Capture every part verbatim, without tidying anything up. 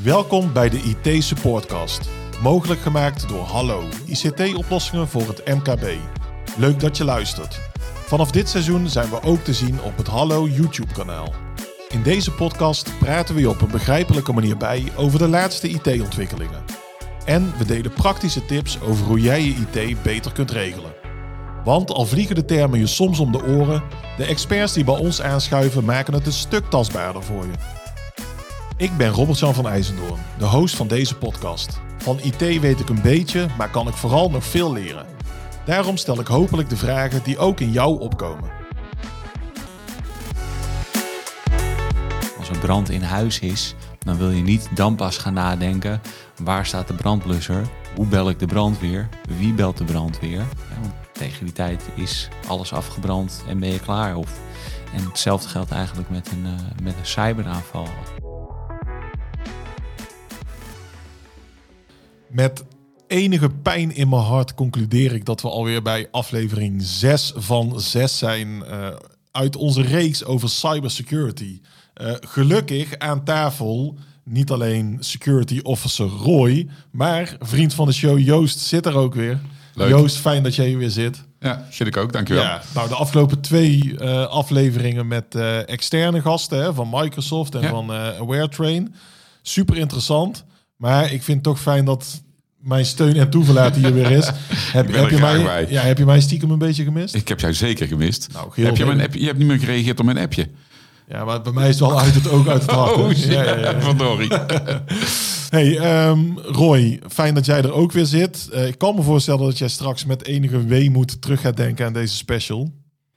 Welkom bij de I T Supportcast. Mogelijk gemaakt door Hallo, I C T-oplossingen voor het M K B. Leuk dat je luistert. Vanaf dit seizoen zijn we ook te zien op het Hallo YouTube-kanaal. In deze podcast praten we je op een begrijpelijke manier bij over de laatste I T-ontwikkelingen. En we delen praktische tips over hoe jij je I T beter kunt regelen. Want al vliegen de termen je soms om de oren, de experts die bij ons aanschuiven maken het een stuk tastbaarder voor je. Ik ben Robert-Jan van IJzendoorn, de host van deze podcast. Van I T weet ik een beetje, maar kan ik vooral nog veel leren. Daarom stel ik hopelijk de vragen die ook in jou opkomen. Als er brand in huis is, dan wil je niet dan pas gaan nadenken: waar staat de brandblusser? Hoe bel ik de brandweer? Wie belt de brandweer? Ja, want tegen die tijd is alles afgebrand en ben je klaar. Of, en hetzelfde geldt eigenlijk met een, uh, met een cyberaanval. Met enige pijn in mijn hart concludeer ik dat we alweer bij aflevering zes van zes zijn uh, uit onze reeks over cybersecurity. Uh, gelukkig aan tafel niet alleen security officer Roy, maar vriend van de show Joost zit er ook weer. Leuk. Joost, fijn dat jij hier weer zit. Ja, zit ik ook, dankjewel. Ja, nou, de afgelopen twee uh, afleveringen met uh, externe gasten hè, van Microsoft en ja. van uh, AwareTrain. Super interessant. Maar ik vind het toch fijn dat mijn steun en toeverlaat hier weer is. Heb, heb, je mij, ja, heb je mij stiekem een beetje gemist? Ik heb jou zeker gemist. Nou, heb je, mijn app, je hebt niet meer gereageerd op mijn appje. Ja, maar bij mij is het wel uit het oog, uit het hart. Oh, ja, ja, ja. Verdorie. Hey, um, Roy, fijn dat jij er ook weer zit. Uh, ik kan me voorstellen dat jij straks met enige weemoed terug gaat denken aan deze special.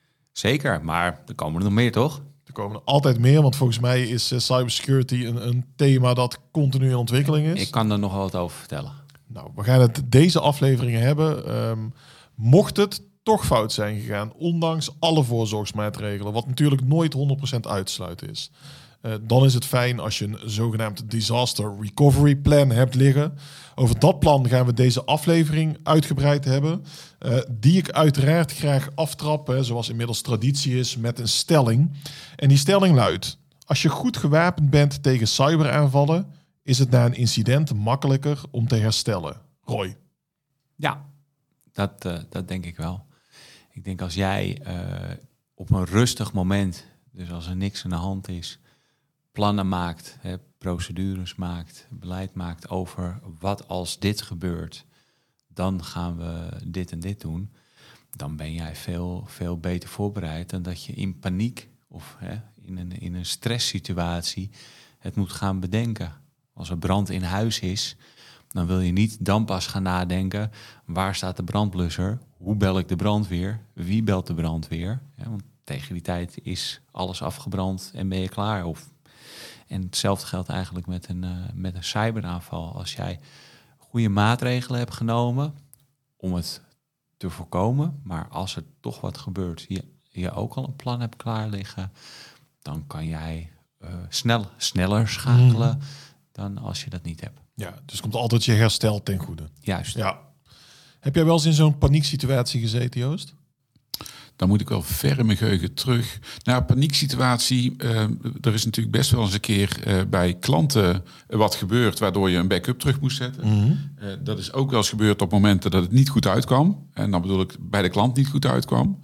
Zeker, maar er komen er nog meer, toch? Er komen er altijd meer, want volgens mij is uh, cybersecurity een, een thema dat continu in ontwikkeling is. Ik kan er nog wel wat over vertellen. Nou, we gaan het deze afleveringen hebben. Um, mocht het toch fout zijn gegaan, ondanks alle voorzorgsmaatregelen, wat natuurlijk nooit honderd procent uitsluiten is. Uh, dan is het fijn als je een zogenaamd disaster recovery plan hebt liggen. Over dat plan gaan we deze aflevering uitgebreid hebben. Uh, die ik uiteraard graag aftrap, hè, zoals inmiddels traditie is, met een stelling. En die stelling luidt: als je goed gewapend bent tegen cyberaanvallen, is het na een incident makkelijker om te herstellen. Roy? Ja, dat, uh, dat denk ik wel. Ik denk als jij uh, op een rustig moment, dus als er niks aan de hand is, plannen maakt, hè, procedures maakt, beleid maakt over wat als dit gebeurt, dan gaan we dit en dit doen. Dan ben jij veel, veel beter voorbereid dan dat je in paniek of hè, in een, in een stresssituatie het moet gaan bedenken. Als er brand in huis is, dan wil je niet dan pas gaan nadenken: waar staat de brandblusser? Hoe bel ik de brandweer? Wie belt de brandweer? Ja, want tegen die tijd is alles afgebrand en ben je klaar. Of, en hetzelfde geldt eigenlijk met een, uh, met een cyberaanval. Als jij goede maatregelen hebt genomen om het te voorkomen, maar als er toch wat gebeurt, je, je ook al een plan hebt klaar liggen, dan kan jij uh, snel, sneller schakelen mm. dan als je dat niet hebt. Ja, dus komt altijd je herstel ten goede. Juist. Ja. Heb jij wel eens in zo'n panieksituatie gezeten, Joost? Dan moet ik wel ver in mijn geheugen terug. Nou, panieksituatie, uh, er is natuurlijk best wel eens een keer uh, bij klanten wat gebeurd, waardoor je een backup terug moest zetten. Mm-hmm. Uh, dat is ook wel eens gebeurd op momenten dat het niet goed uitkwam. En dan bedoel ik bij de klant niet goed uitkwam.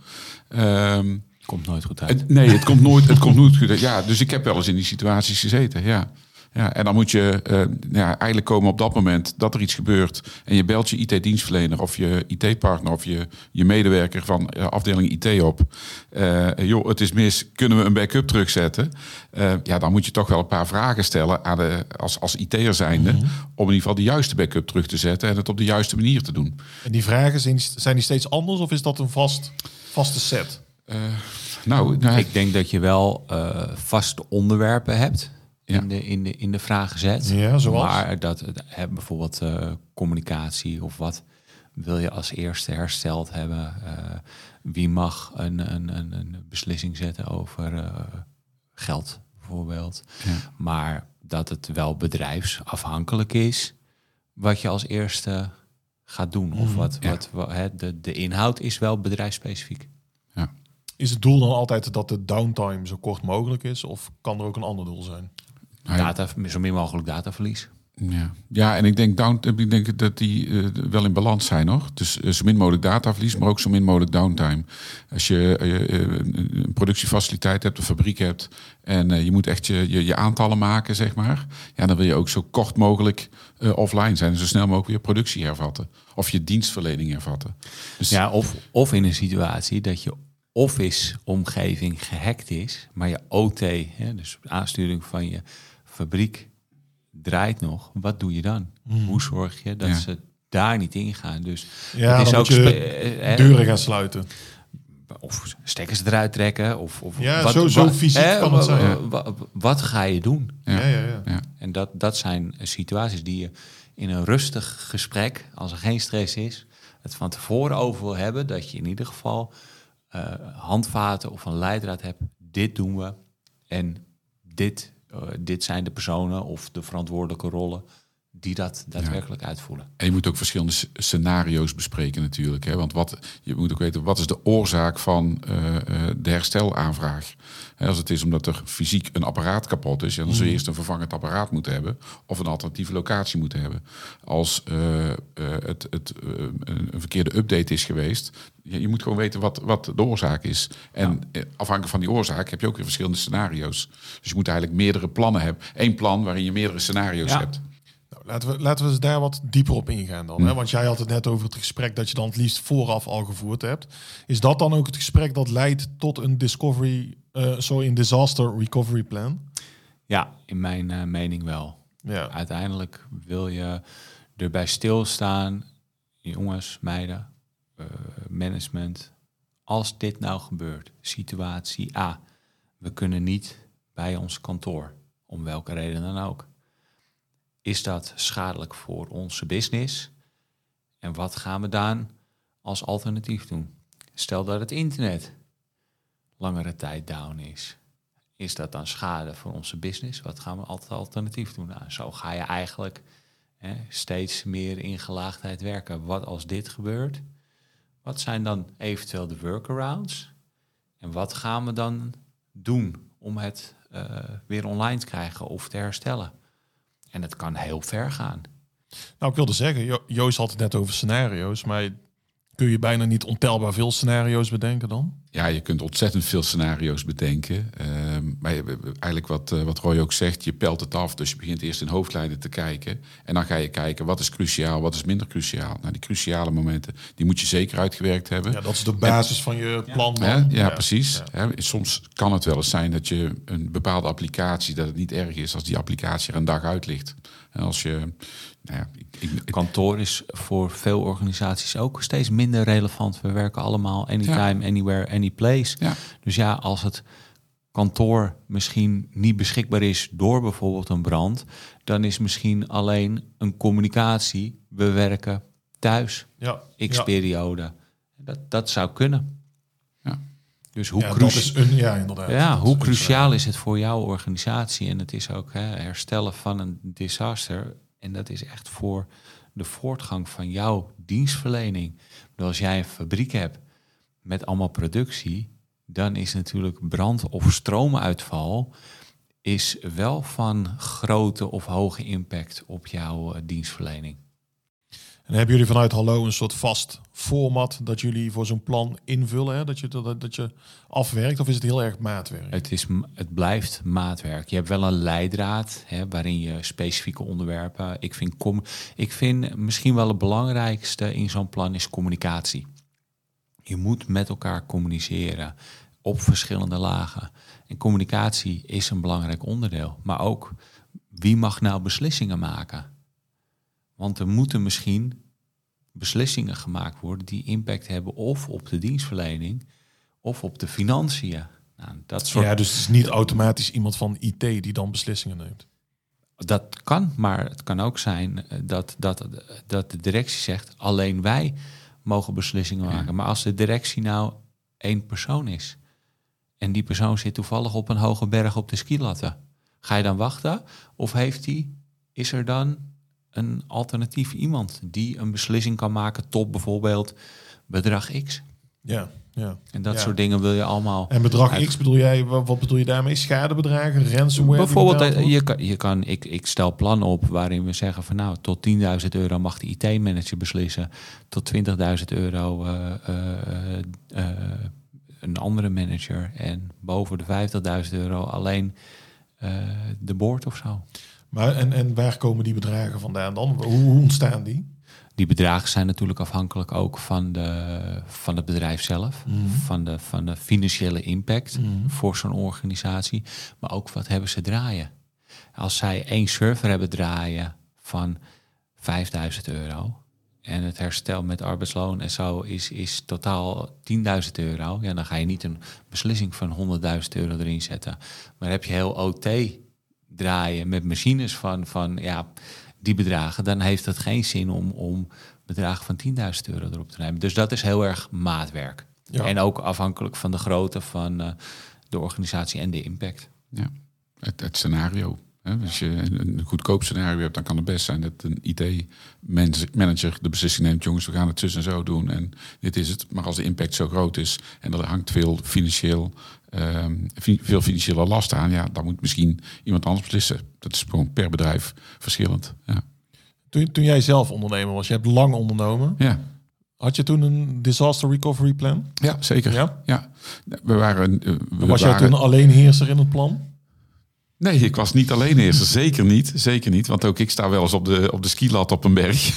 Um, komt nooit goed uit. Het, nee, het komt nooit, het komt nooit goed uit. Ja, dus ik heb wel eens in die situaties gezeten, ja. Ja, en dan moet je uh, ja, eigenlijk komen op dat moment dat er iets gebeurt en je belt je I T-dienstverlener of je I T-partner of je, je medewerker van uh, afdeling I T op. Uh, joh, het is mis, kunnen we een backup terugzetten? Uh, ja, dan moet je toch wel een paar vragen stellen aan de, als, als I T'er zijnde, mm-hmm. om in ieder geval de juiste backup terug te zetten en het op de juiste manier te doen. En die vragen, zijn, zijn die steeds anders of is dat een vast, vaste set? Uh, nou, nou, ik denk dat je wel uh, vaste onderwerpen hebt. Ja. In, de, in, de, in de vragen zet. Ja, zoals? Maar dat hè, bijvoorbeeld uh, communicatie of wat wil je als eerste hersteld hebben? Uh, wie mag een, een, een, een beslissing zetten over uh, geld bijvoorbeeld? Ja. Maar dat het wel bedrijfsafhankelijk is wat je als eerste gaat doen. Mm, of wat, ja. wat, wat hè, de, de inhoud is wel bedrijfsspecifiek. Ja. Is het doel dan altijd dat de downtime zo kort mogelijk is? Of kan er ook een ander doel zijn? Nou ja. Data, zo min mogelijk dataverlies. Ja. ja, en ik denk, down, ik denk dat die uh, wel in balans zijn, hoor. Dus uh, zo min mogelijk dataverlies, maar ook zo min mogelijk downtime. Als je uh, een productiefaciliteit hebt, een fabriek hebt en uh, je moet echt je, je, je aantallen maken, zeg maar. Ja, dan wil je ook zo kort mogelijk uh, offline zijn en zo snel mogelijk weer productie hervatten. Of je dienstverlening hervatten. Dus, ja, of, of in een situatie dat je office-omgeving gehackt is, maar je O T, hè, dus aansturing van je fabriek, draait nog. Wat doe je dan? Hmm. Hoe zorg je dat ja. ze daar niet ingaan? Dus ja, het is dan ook moet je spe- deuren gaan sluiten. Of stekkers eruit trekken. Of, of ja, wat, zo, zo wat, fysiek hè, kan het zijn. Ja. Wat, wat ga je doen? Ja, ja, ja. ja. En dat, dat zijn situaties die je in een rustig gesprek, als er geen stress is, het van tevoren over wil hebben, dat je in ieder geval uh, handvaten of een leidraad hebt. Dit doen we. En dit Uh, dit zijn de personen of de verantwoordelijke rollen die dat daadwerkelijk ja. uitvoeren. En je moet ook verschillende scenario's bespreken natuurlijk. Hè? Want wat, je moet ook weten, wat is de oorzaak van uh, de herstelaanvraag? En als het is omdat er fysiek een apparaat kapot is, ja, dan zul je eerst een vervangend apparaat moeten hebben of een alternatieve locatie moeten hebben. Als uh, uh, het, het uh, een verkeerde update is geweest, je, je moet gewoon weten wat, wat de oorzaak is. En ja. afhankelijk van die oorzaak heb je ook weer verschillende scenario's. Dus je moet eigenlijk meerdere plannen hebben. Eén plan waarin je meerdere scenario's ja. hebt. Laten we, laten we eens daar wat dieper op ingaan dan. Mm. Hè? Want jij had het net over het gesprek dat je dan het liefst vooraf al gevoerd hebt. Is dat dan ook het gesprek dat leidt tot een discovery, uh, sorry, een disaster recovery plan? Ja, in mijn uh, mening wel. Ja. Uiteindelijk wil je erbij stilstaan, jongens, meiden, uh, management. Als dit nou gebeurt, situatie A. We kunnen niet bij ons kantoor, om welke reden dan ook. Is dat schadelijk voor onze business? En wat gaan we dan als alternatief doen? Stel dat het internet langere tijd down is. Is dat dan schade voor onze business? Wat gaan we als alternatief doen? Nou, zo ga je eigenlijk hè, steeds meer in gelaagdheid werken. Wat als dit gebeurt? Wat zijn dan eventueel de workarounds? En wat gaan we dan doen om het uh, weer online te krijgen of te herstellen? En het kan heel ver gaan. Nou, ik wilde zeggen, jo- Joost had het net over scenario's, maar kun je bijna niet ontelbaar veel scenario's bedenken dan? Ja, je kunt ontzettend veel scenario's bedenken. Uh, maar je, eigenlijk wat, uh, wat Roy ook zegt, je pelt het af. Dus je begint eerst in hoofdlijnen te kijken. En dan ga je kijken, wat is cruciaal, wat is minder cruciaal. Nou, die cruciale momenten, die moet je zeker uitgewerkt hebben. Ja, dat is de basis en, van je plan. Ja, ja, ja, precies. Ja. Soms kan het wel eens zijn dat je een bepaalde applicatie, dat het niet erg is als die applicatie er een dag uit ligt. En als je... Nou ja, ik, ik, kantoor is voor veel organisaties ook steeds minder relevant. We werken allemaal anytime, ja. anywhere, any place. Ja. Dus ja, als het kantoor misschien niet beschikbaar is door bijvoorbeeld een brand, dan is misschien alleen een communicatie. We werken thuis, ja. x-periode. Ja. Dat, dat zou kunnen. Ja. Dus hoe, ja, cru- dat is een, ja, inderdaad. Ja, hoe dat cruciaal is, is het voor jouw organisatie? En het is ook hè, herstellen van een disaster. En dat is echt voor de voortgang van jouw dienstverlening. Dus als jij een fabriek hebt met allemaal productie, dan is natuurlijk brand- of stroomuitval is wel van grote of hoge impact op jouw uh, dienstverlening. En hebben jullie vanuit Hallo een soort vast format dat jullie voor zo'n plan invullen? Hè? Dat, je, dat, dat je afwerkt of is het heel erg maatwerk? Het, is, het blijft maatwerk. Je hebt wel een leidraad hè, waarin je specifieke onderwerpen... Ik vind, com, ik vind misschien wel het belangrijkste in zo'n plan is communicatie. Je moet met elkaar communiceren op verschillende lagen. En communicatie is een belangrijk onderdeel. Maar ook, wie mag nou beslissingen maken? Want er moeten misschien beslissingen gemaakt worden die impact hebben of op de dienstverlening of op de financiën. Nou, dat soort... Ja, dus het is niet automatisch iemand van I T die dan beslissingen neemt. Dat kan, maar het kan ook zijn dat, dat, dat de directie zegt, alleen wij mogen beslissingen maken. Ja. Maar als de directie nou één persoon is en die persoon zit toevallig op een hoge berg op de skilatten, ga je dan wachten? Of heeft die, is er dan een alternatief iemand die een beslissing kan maken tot bijvoorbeeld bedrag X? Ja, ja. En dat ja. soort dingen wil je allemaal... En bedrag uit... X bedoel jij, wat, wat bedoel je daarmee? Schadebedragen, ransomware? Bijvoorbeeld, je kan, je kan, ik, ik stel plannen op waarin we zeggen van nou, tot tienduizend euro mag de I T-manager beslissen. Tot twintigduizend euro uh, uh, uh, een andere manager. En boven de vijftigduizend euro alleen uh, de board of zo. Maar en, en waar komen die bedragen vandaan dan? Hoe, hoe ontstaan die? Die bedragen zijn natuurlijk afhankelijk ook van, de, van het bedrijf zelf. Mm. Van, de, van de financiële impact mm. voor zo'n organisatie. Maar ook wat hebben ze draaien. Als zij één server hebben draaien van vijfduizend euro... en het herstel met arbeidsloon en zo is, is totaal tienduizend euro... ja, dan ga je niet een beslissing van honderdduizend euro erin zetten. Maar heb je heel O T draaien met machines van... van ja, die bedragen, dan heeft het geen zin om, om bedragen van tienduizend euro erop te nemen. Dus dat is heel erg maatwerk. Ja. En ook afhankelijk van de grootte van uh, de organisatie en de impact. Ja, het, het scenario. Hè? Als je een goedkoop scenario hebt, dan kan het best zijn dat een I T-manager de beslissing neemt, jongens, we gaan het zus en zo doen en dit is het. Maar als de impact zo groot is en er hangt veel financieel, um, veel financiële last aan, ja, dan moet misschien iemand anders beslissen. Dat is gewoon per bedrijf verschillend. Ja. Toen, toen jij zelf ondernemer was, je hebt lang ondernomen. Ja. Had je toen een disaster recovery plan? Ja, zeker. Ja? Ja. We waren, uh, we was waren... jij toen alleenheerser in het plan? Nee, ik was niet alleen eerst. Zeker niet. Zeker niet. Want ook ik sta wel eens op de, op de skilat op een berg.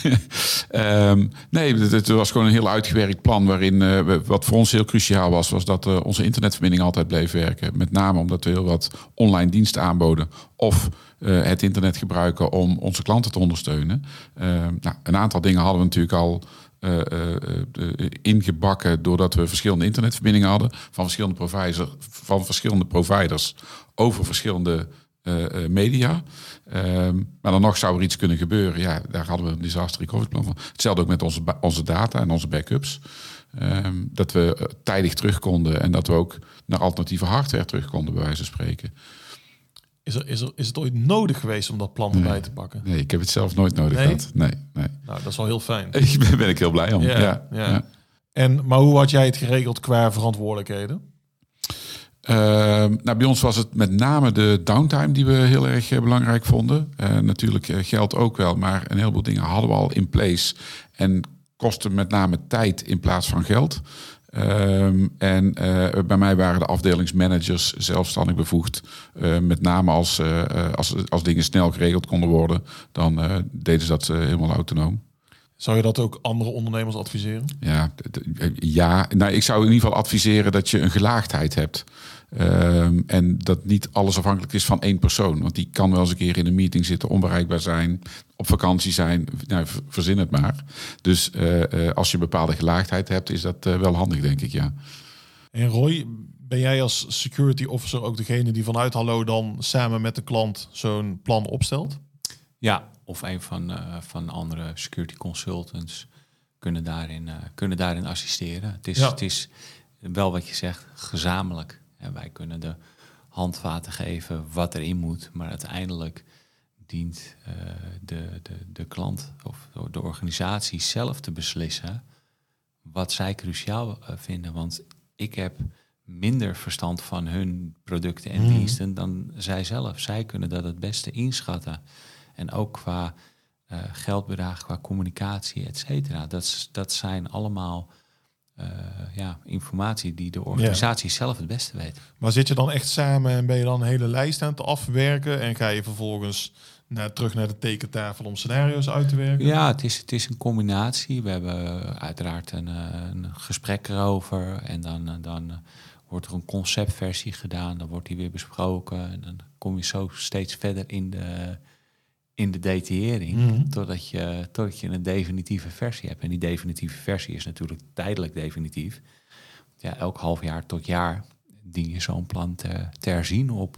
um, nee, het, het was gewoon een heel uitgewerkt plan. Waarin uh, wat voor ons heel cruciaal was, was dat uh, onze internetverbinding altijd bleef werken. Met name omdat we heel wat online diensten aanboden. Of uh, het internet gebruiken om onze klanten te ondersteunen. Uh, nou, een aantal dingen hadden we natuurlijk al Uh, uh, uh, ingebakken doordat we verschillende internetverbindingen hadden van verschillende providers, van verschillende providers over verschillende uh, uh, media. Um, maar dan nog zou er iets kunnen gebeuren. Ja, daar hadden we een disaster recovery plan van. Hetzelfde ook met onze, onze data en onze backups. Um, dat we tijdig terug konden en dat we ook naar alternatieve hardware terug konden, bij wijze van spreken. Is, er, is, er, is het ooit nodig geweest om dat plan erbij nee, te pakken? Nee, ik heb het zelf nooit nodig nee? gehad. Nee, nee. Nou, dat is wel heel fijn. Daar ben ik heel blij om. Ja, ja, ja. ja. En, maar hoe had jij het geregeld qua verantwoordelijkheden? Uh, nou, bij ons was het met name de downtime die we heel erg uh, belangrijk vonden. Uh, natuurlijk uh, geld ook wel, maar een heleboel dingen hadden we al in place. En kosten met name tijd in plaats van geld. Um, en uh, bij mij waren de afdelingsmanagers zelfstandig bevoegd. Uh, met name als, uh, als, als dingen snel geregeld konden worden, dan uh, deden ze dat uh, helemaal autonoom. Zou je dat ook andere ondernemers adviseren? Ja, d- d- ja nou, ik zou in ieder geval adviseren dat je een gelaagdheid hebt. Um, en dat niet alles afhankelijk is van één persoon. Want die kan wel eens een keer in een meeting zitten, onbereikbaar zijn, op vakantie zijn. Nou, verzin het maar. Dus uh, uh, als je een bepaalde gelaagdheid hebt, is dat uh, wel handig, denk ik, ja. En Roy, ben jij als security officer ook degene die vanuit Hallo dan samen met de klant zo'n plan opstelt? Ja, of een van, uh, van andere security consultants kunnen daarin, uh, kunnen daarin assisteren. Het is, ja. het is wel wat je zegt, gezamenlijk. En wij kunnen de handvaten geven wat erin moet, maar uiteindelijk dient uh, de, de, de klant of de organisatie zelf te beslissen wat zij cruciaal uh, vinden. Want ik heb minder verstand van hun producten en hmm. diensten dan zij zelf. Zij kunnen dat het beste inschatten. En ook qua uh, geldbedrag, qua communicatie, et cetera. Dat, dat zijn allemaal uh, ja, informatie die de organisatie ja. zelf het beste weet. Maar zit je dan echt samen en ben je dan een hele lijst aan het afwerken en ga je vervolgens naar, terug naar de tekentafel om scenario's uit te werken? Ja, het is, het is een combinatie. We hebben uiteraard een, een gesprek erover en dan, dan wordt er een conceptversie gedaan. Dan wordt die weer besproken en dan kom je zo steeds verder in de, in de detaillering mm-hmm. totdat je, totdat je een definitieve versie hebt. En die definitieve versie is natuurlijk tijdelijk definitief. Ja, elk half jaar tot jaar dien je zo'n plan te, te herzien op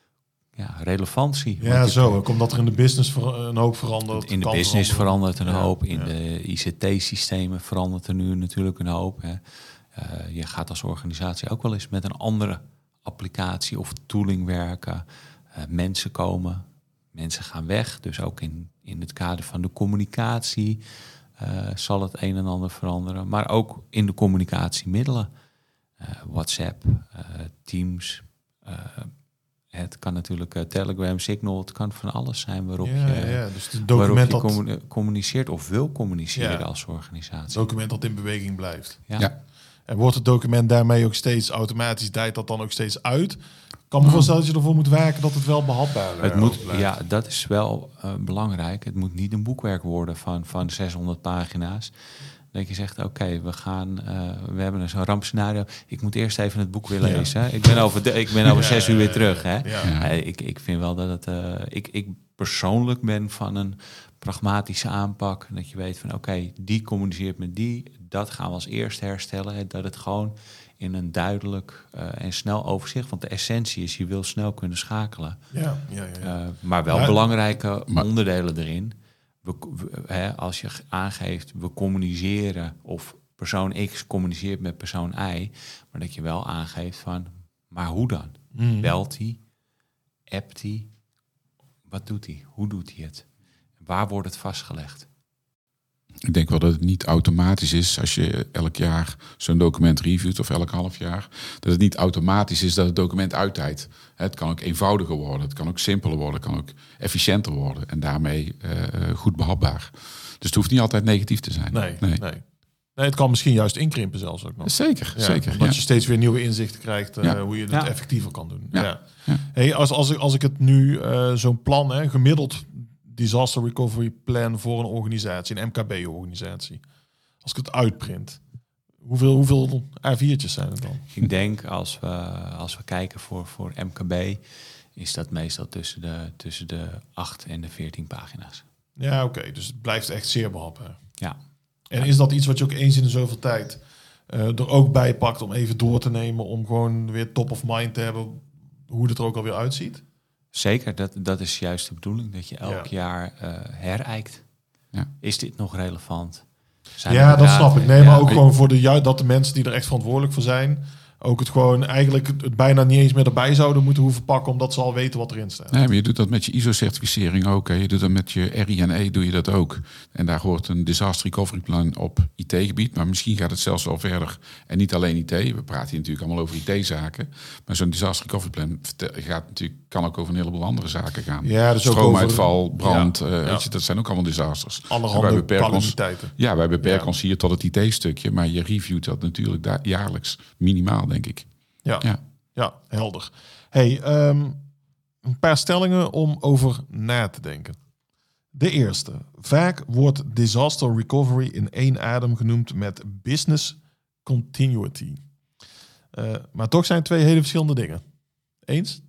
ja, relevantie. Ja, zo. Ook omdat er in de business ver, een hoop verandert. In de business verandert er een ja, hoop. In ja. de I C T-systemen verandert er nu natuurlijk een hoop. Hè. Uh, je gaat als organisatie ook wel eens met een andere applicatie of tooling werken. Uh, mensen komen, mensen gaan weg. Dus ook in, in het kader van de communicatie uh, zal het een en ander veranderen. Maar ook in de communicatiemiddelen. Uh, WhatsApp, uh, Teams. Uh, het kan natuurlijk uh, Telegram, Signal. Het kan van alles zijn waarop ja, je, ja, dus het document waarop je dat... commu- communiceert of wil communiceren ja. als organisatie. Het document dat in beweging blijft. Ja. Ja. En wordt het document daarmee ook steeds automatisch, dijt dat dan ook steeds uit? Ik kan me voorstellen dat je ervoor moet werken dat het wel behapbaar het moet, Ja, dat is wel uh, belangrijk. Het moet niet een boekwerk worden van, van zeshonderd pagina's. Dat je zegt, oké, okay, we gaan, uh, we hebben zo'n rampscenario. Ik moet eerst even het boek weer lezen. Ja. Ik ben over, de, ik ben over ja, zes uur weer terug. Hè? Ja. Ja. Uh, ik, ik vind wel dat het... Uh, ik, ik persoonlijk ben van een pragmatische aanpak. Dat je weet van, oké, okay, die communiceert met die. Dat gaan we als eerste herstellen. Hè? Dat het gewoon in een duidelijk uh, en snel overzicht... want de essentie is, je wil snel kunnen schakelen. Ja, ja, ja, ja. Uh, maar wel ja, belangrijke maar, onderdelen erin... We, we, hè, als je aangeeft, we communiceren of persoon X communiceert met persoon Y, maar dat je wel aangeeft van, maar hoe dan? Mm. Belt hij? Appt hij? Wat doet hij? Hoe doet hij het? Waar wordt het vastgelegd? Ik denk wel dat het niet automatisch is als je elk jaar zo'n document reviewt of elk half jaar. Dat het niet automatisch is dat het document uittijdt. Het kan ook eenvoudiger worden, het kan ook simpeler worden, het kan ook efficiënter worden en daarmee uh, goed behapbaar. Dus het hoeft niet altijd negatief te zijn. Nee, nee. nee. nee het kan misschien juist inkrimpen zelfs ook nog. Zeker, ja, zeker. Omdat ja. je steeds weer nieuwe inzichten krijgt uh, ja. hoe je het ja. effectiever kan doen. Ja. Ja. Ja. Hey, als, als, ik, als ik het nu uh, zo'n plan, hè, gemiddeld disaster recovery plan voor een organisatie, een M K B-organisatie. Als ik het uitprint, hoeveel, hoeveel A viertjes zijn het dan? Ik denk als we, als we kijken voor, voor M K B, is dat meestal tussen de, tussen de acht en de veertien pagina's. Ja, oké. Okay. Dus het blijft echt zeer behapbaar. Ja. En is dat iets wat je ook eens in de zoveel tijd uh, er ook bij pakt om even door te nemen, om gewoon weer top of mind te hebben hoe het er ook alweer uitziet? Zeker, dat, dat is juist de bedoeling, dat je elk ja. jaar uh, herijkt. Ja. Is dit nog relevant? Zijn ja, dat snap ik. Nee, ja. maar ook gewoon voor de ju- dat de mensen die er echt verantwoordelijk voor zijn, ook het gewoon eigenlijk het bijna niet eens meer erbij zouden moeten hoeven pakken, omdat ze al weten wat erin staat. Nee, maar je doet dat met je I S O-certificering ook. Hè. Je doet dat met je R I N E, doe je dat ook. En daar hoort een disaster recovery plan op I T-gebied, maar misschien gaat het zelfs wel verder. En niet alleen I T. We praten hier natuurlijk allemaal over I T-zaken. Maar zo'n disaster recovery plan gaat natuurlijk, kan ook over een heleboel andere zaken gaan. Ja, dus stroomuitval, over, brand, ja, uh, ja. Weet je, dat zijn ook allemaal disasters. Allerhande calamiteiten. Ja, wij beperken ja. ons hier tot het I T-stukje, maar je reviewt dat natuurlijk da- jaarlijks minimaal, denk ik. Ja, ja. ja, helder. Hey, um, een paar stellingen om over na te denken. De eerste. Vaak wordt disaster recovery in één adem genoemd met business continuity. Uh, maar toch zijn het twee hele verschillende dingen. Eens?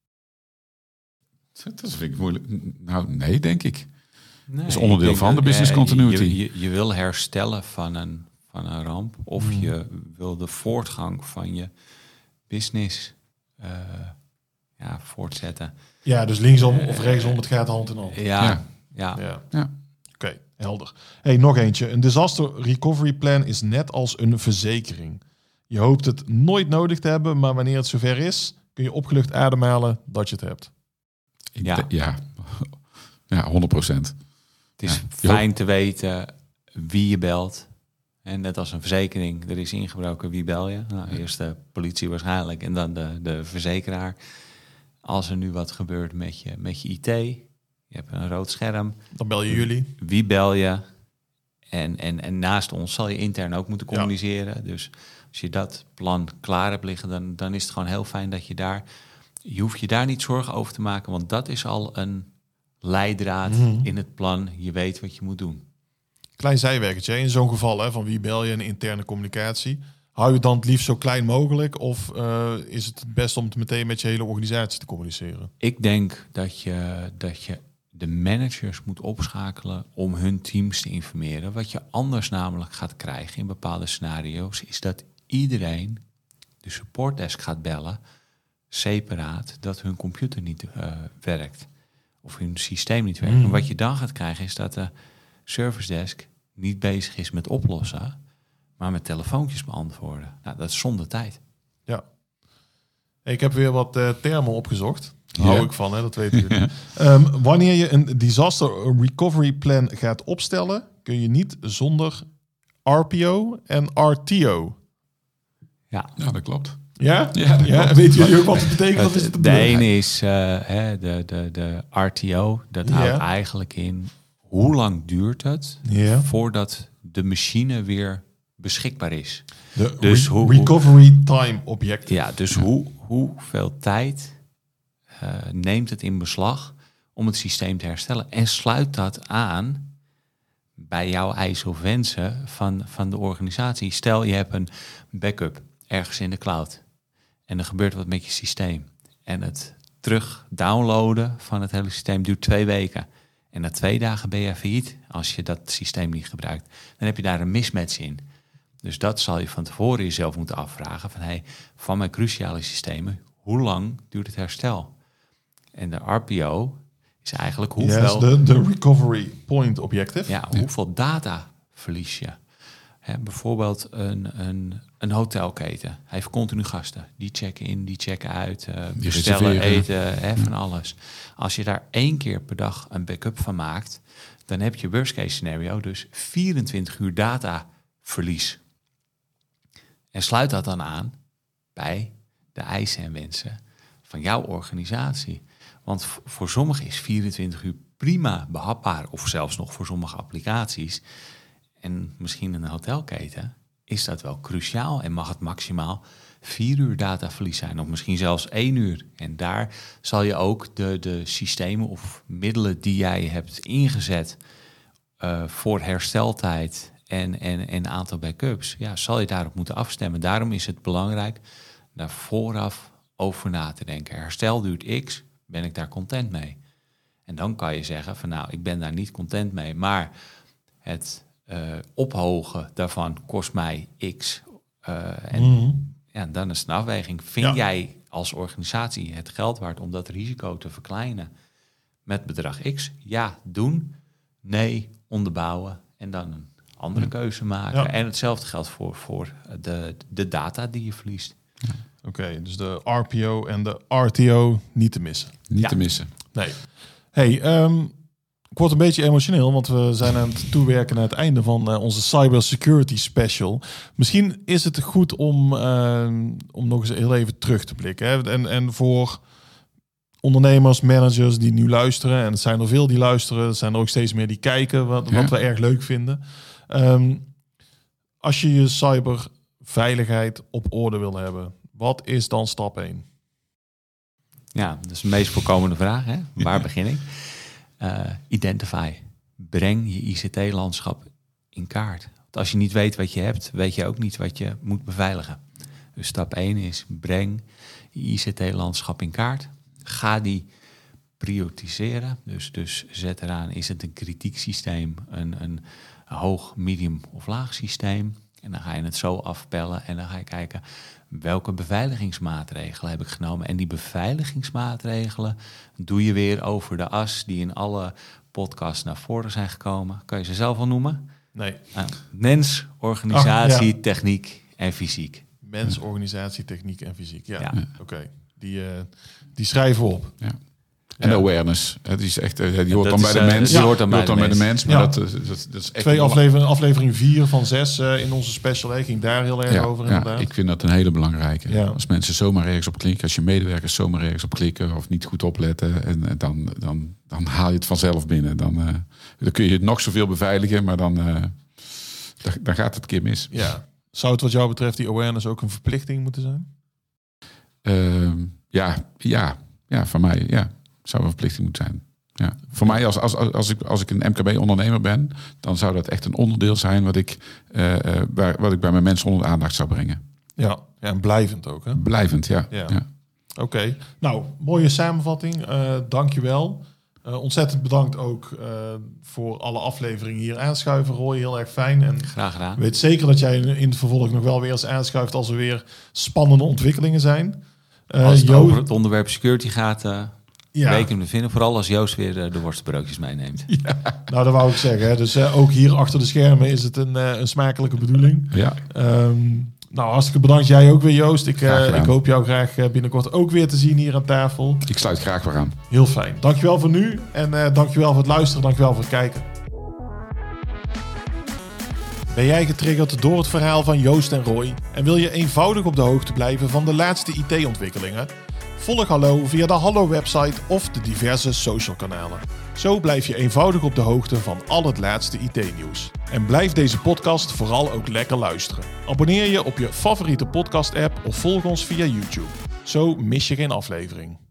Dat vind ik moeilijk. Nou, nee, denk ik. Nee, dat is onderdeel van dat, de business continuity. Je, je, je wil herstellen van een, van een ramp. Of hmm. je wil de voortgang van je business uh, ja, voortzetten. Ja, dus linksom of rechtsom, het gaat hand in hand. Ja, ja. ja. ja. ja. Oké, okay, helder. Hey, nog eentje. Een disaster recovery plan is net als een verzekering. Je hoopt het nooit nodig te hebben, maar wanneer het zover is, kun je opgelucht ademhalen dat je het hebt. Ja, ja. ja honderd procent. Het is ja. fijn te weten wie je belt. En net als een verzekering, er is ingebroken, wie bel je? Nou, eerst de politie waarschijnlijk en dan de, de verzekeraar. Als er nu wat gebeurt met je, met je I T, je hebt een rood scherm. Dan bel je jullie. Wie bel je? En, en, en naast ons zal je intern ook moeten communiceren. Ja. Dus als je dat plan klaar hebt liggen, dan, dan is het gewoon heel fijn dat je daar... Je hoeft je daar niet zorgen over te maken, want dat is al een leidraad mm-hmm. in het plan. Je weet wat je moet doen. Klein zijwerkertje, in zo'n geval hè, van wie bel je, een interne communicatie. Hou je het dan het liefst zo klein mogelijk? Of uh, is het het best om het meteen met je hele organisatie te communiceren? Ik denk dat je, dat je de managers moet opschakelen om hun teams te informeren. Wat je anders namelijk gaat krijgen in bepaalde scenario's, is dat iedereen de supportdesk gaat bellen, separaat, dat hun computer niet uh, werkt. Of hun systeem niet werkt. Mm. En wat je dan gaat krijgen is dat de service desk niet bezig is met oplossen, maar met telefoontjes beantwoorden. Nou, dat is zonde tijd. Ja. Ik heb weer wat uh, termen opgezocht. Daar hou ja. ik van, hè? Dat weten jullie. Ja. Um, wanneer je een disaster recovery plan gaat opstellen, kun je niet zonder R P O en R T O. Ja, Ja, dat klopt. Ja? Ja, dat Ja, klopt. weten jullie ook wat het betekent? Wat is het de bedoeling? ene is uh, hè, de, de, de R T O. Dat Ja. houdt eigenlijk in hoe lang duurt het Ja. voordat de machine weer beschikbaar is. De Dus re- hoe- recovery time object. Ja, dus hoe, hoeveel tijd uh, neemt het in beslag om het systeem te herstellen? En sluit dat aan bij jouw eisen of wensen van, van de organisatie. Stel, je hebt een backup ergens in de cloud en er gebeurt wat met je systeem. En het terug downloaden van het hele systeem duurt twee weken. En na twee dagen ben je failliet als je dat systeem niet gebruikt. Dan heb je daar een mismatch in. Dus dat zal je van tevoren jezelf moeten afvragen. Van, hey, van mijn cruciale systemen, hoe lang duurt het herstel? En de R P O is eigenlijk hoeveel... Yes, de, de recovery point objective. Ja, hoeveel data verlies je? Hè, bijvoorbeeld een, een, een hotelketen. Hij heeft continu gasten. Die checken in, die checken uit. Uh, Die bestellen, reserveren. eten, hè, van alles. Als je daar één keer per dag een backup van maakt, dan heb je worst case scenario dus vierentwintig uur dataverlies. En sluit dat dan aan bij de eisen en wensen van jouw organisatie. Want v- voor sommigen is vierentwintig uur prima behapbaar, of zelfs nog voor sommige applicaties. En misschien in een hotelketen is dat wel cruciaal en mag het maximaal vier uur dataverlies zijn, of misschien zelfs één uur. En daar zal je ook de, de systemen of middelen die jij hebt ingezet uh, voor hersteltijd en, en, en een aantal backups, ja, zal je daarop moeten afstemmen. Daarom is het belangrijk daar vooraf over na te denken. Herstel duurt X, ben ik daar content mee? En dan kan je zeggen van nou, ik ben daar niet content mee, maar het uh, ophogen daarvan kost mij X. Uh, en Mm-hmm. ja, dan is het een afweging. Vind Ja. jij als organisatie het geld waard om dat risico te verkleinen met bedrag X? Ja, doen. Nee, onderbouwen. En dan een andere keuze maken. Ja. En hetzelfde geldt voor, voor de, de data die je verliest. Oké, okay, dus de R P O en de R T O niet te missen. Niet Ja. te missen. Nee. Hey, um, ik word een beetje emotioneel, want we zijn aan het toewerken naar het einde van uh, onze cybersecurity special. Misschien is het goed om, uh, om nog eens heel even terug te blikken. Hè? En, en voor ondernemers, managers die nu luisteren, en het zijn er veel die luisteren, er zijn er ook steeds meer die kijken, wat, Ja. wat we erg leuk vinden. Um, als je je cyberveiligheid op orde wil hebben, wat is dan stap één? Ja, dat is de meest voorkomende vraag. Hè? Waar begin ik? Uh, identify. Breng je I C T-landschap in kaart. Want als je niet weet wat je hebt, weet je ook niet wat je moet beveiligen. Dus stap één is, breng je I C T-landschap in kaart. Ga die prioritiseren. Dus, dus zet eraan, is het een kritiek systeem, een, een hoog, medium of laag systeem? En dan ga je het zo afpellen en dan ga je kijken, welke beveiligingsmaatregelen heb ik genomen? En die beveiligingsmaatregelen doe je weer over de as die in alle podcasts naar voren zijn gekomen. Kan je ze zelf al noemen? Nee. Nou, mens, organisatie, Ach, ja. techniek en fysiek. Mens, organisatie, techniek en fysiek. Ja, Ja. oké. Okay. Die, uh, die schrijven we op. Ja. En Ja. awareness. Het is echt, uh, die hoort Dat dan is, bij de uh, mens. die Ja. hoort dan Die bij de bij de mens. mens. Maar Ja. dat, uh, dat, dat is echt Twee een afleveringen, aflevering vier van zes uh, in onze special. Hè, ging daar heel erg Ja, over ja, inderdaad. ik vind dat een hele belangrijke. Ja. Als mensen zomaar ergens op klikken, als je medewerkers zomaar ergens op klikken of niet goed opletten, en, en dan, dan, dan haal je het vanzelf binnen. Dan, uh, dan kun je het nog zoveel beveiligen, maar dan, uh, dan, dan gaat het een keer mis. Ja. Zou het wat jou betreft die awareness ook een verplichting moeten zijn? Uh, ja, ja, ja, voor mij ja, zou een verplichting moeten zijn. Ja. Voor mij, als, als, als, ik, als ik een M K B-ondernemer ben, dan zou dat echt een onderdeel zijn wat ik, uh, uh, bij, wat ik bij mijn mensen onder de aandacht zou brengen. Ja, ja en blijvend ook. Hè? Blijvend, ja. Ja. ja. Oké, okay. Nou, mooie samenvatting. Uh, Dank je wel. Uh, ontzettend bedankt ook uh, voor alle afleveringen hier aanschuiven. Roy, heel erg fijn. En Graag gedaan. ik weet zeker dat jij in het vervolg nog wel weer eens aanschuift als er weer spannende ontwikkelingen zijn. Uh, Als het Jo- over het onderwerp security gaat, uh, ja. weet ik hem te vinden. Vooral als Joost weer uh, de worstbroodjes meeneemt. Nou, dat wou ik zeggen. Hè. Dus uh, ook hier achter de schermen is het een, uh, een smakelijke bedoeling. ja. Um, nou, hartstikke bedankt. Jij ook weer, Joost. Ik, Graag uh, gedaan. ik hoop jou graag uh, binnenkort ook weer te zien hier aan tafel. Ik sluit graag weer aan. Heel fijn. Dankjewel voor nu en uh, dankjewel voor het luisteren. Dankjewel voor het kijken. Ben jij getriggerd door het verhaal van Joost en Roy en wil je eenvoudig op de hoogte blijven van de laatste I T-ontwikkelingen? Volg Hallo via de Hallo-website of de diverse social kanalen. Zo blijf je eenvoudig op de hoogte van al het laatste I T-nieuws. En blijf deze podcast vooral ook lekker luisteren. Abonneer je op je favoriete podcast-app of volg ons via YouTube. Zo mis je geen aflevering.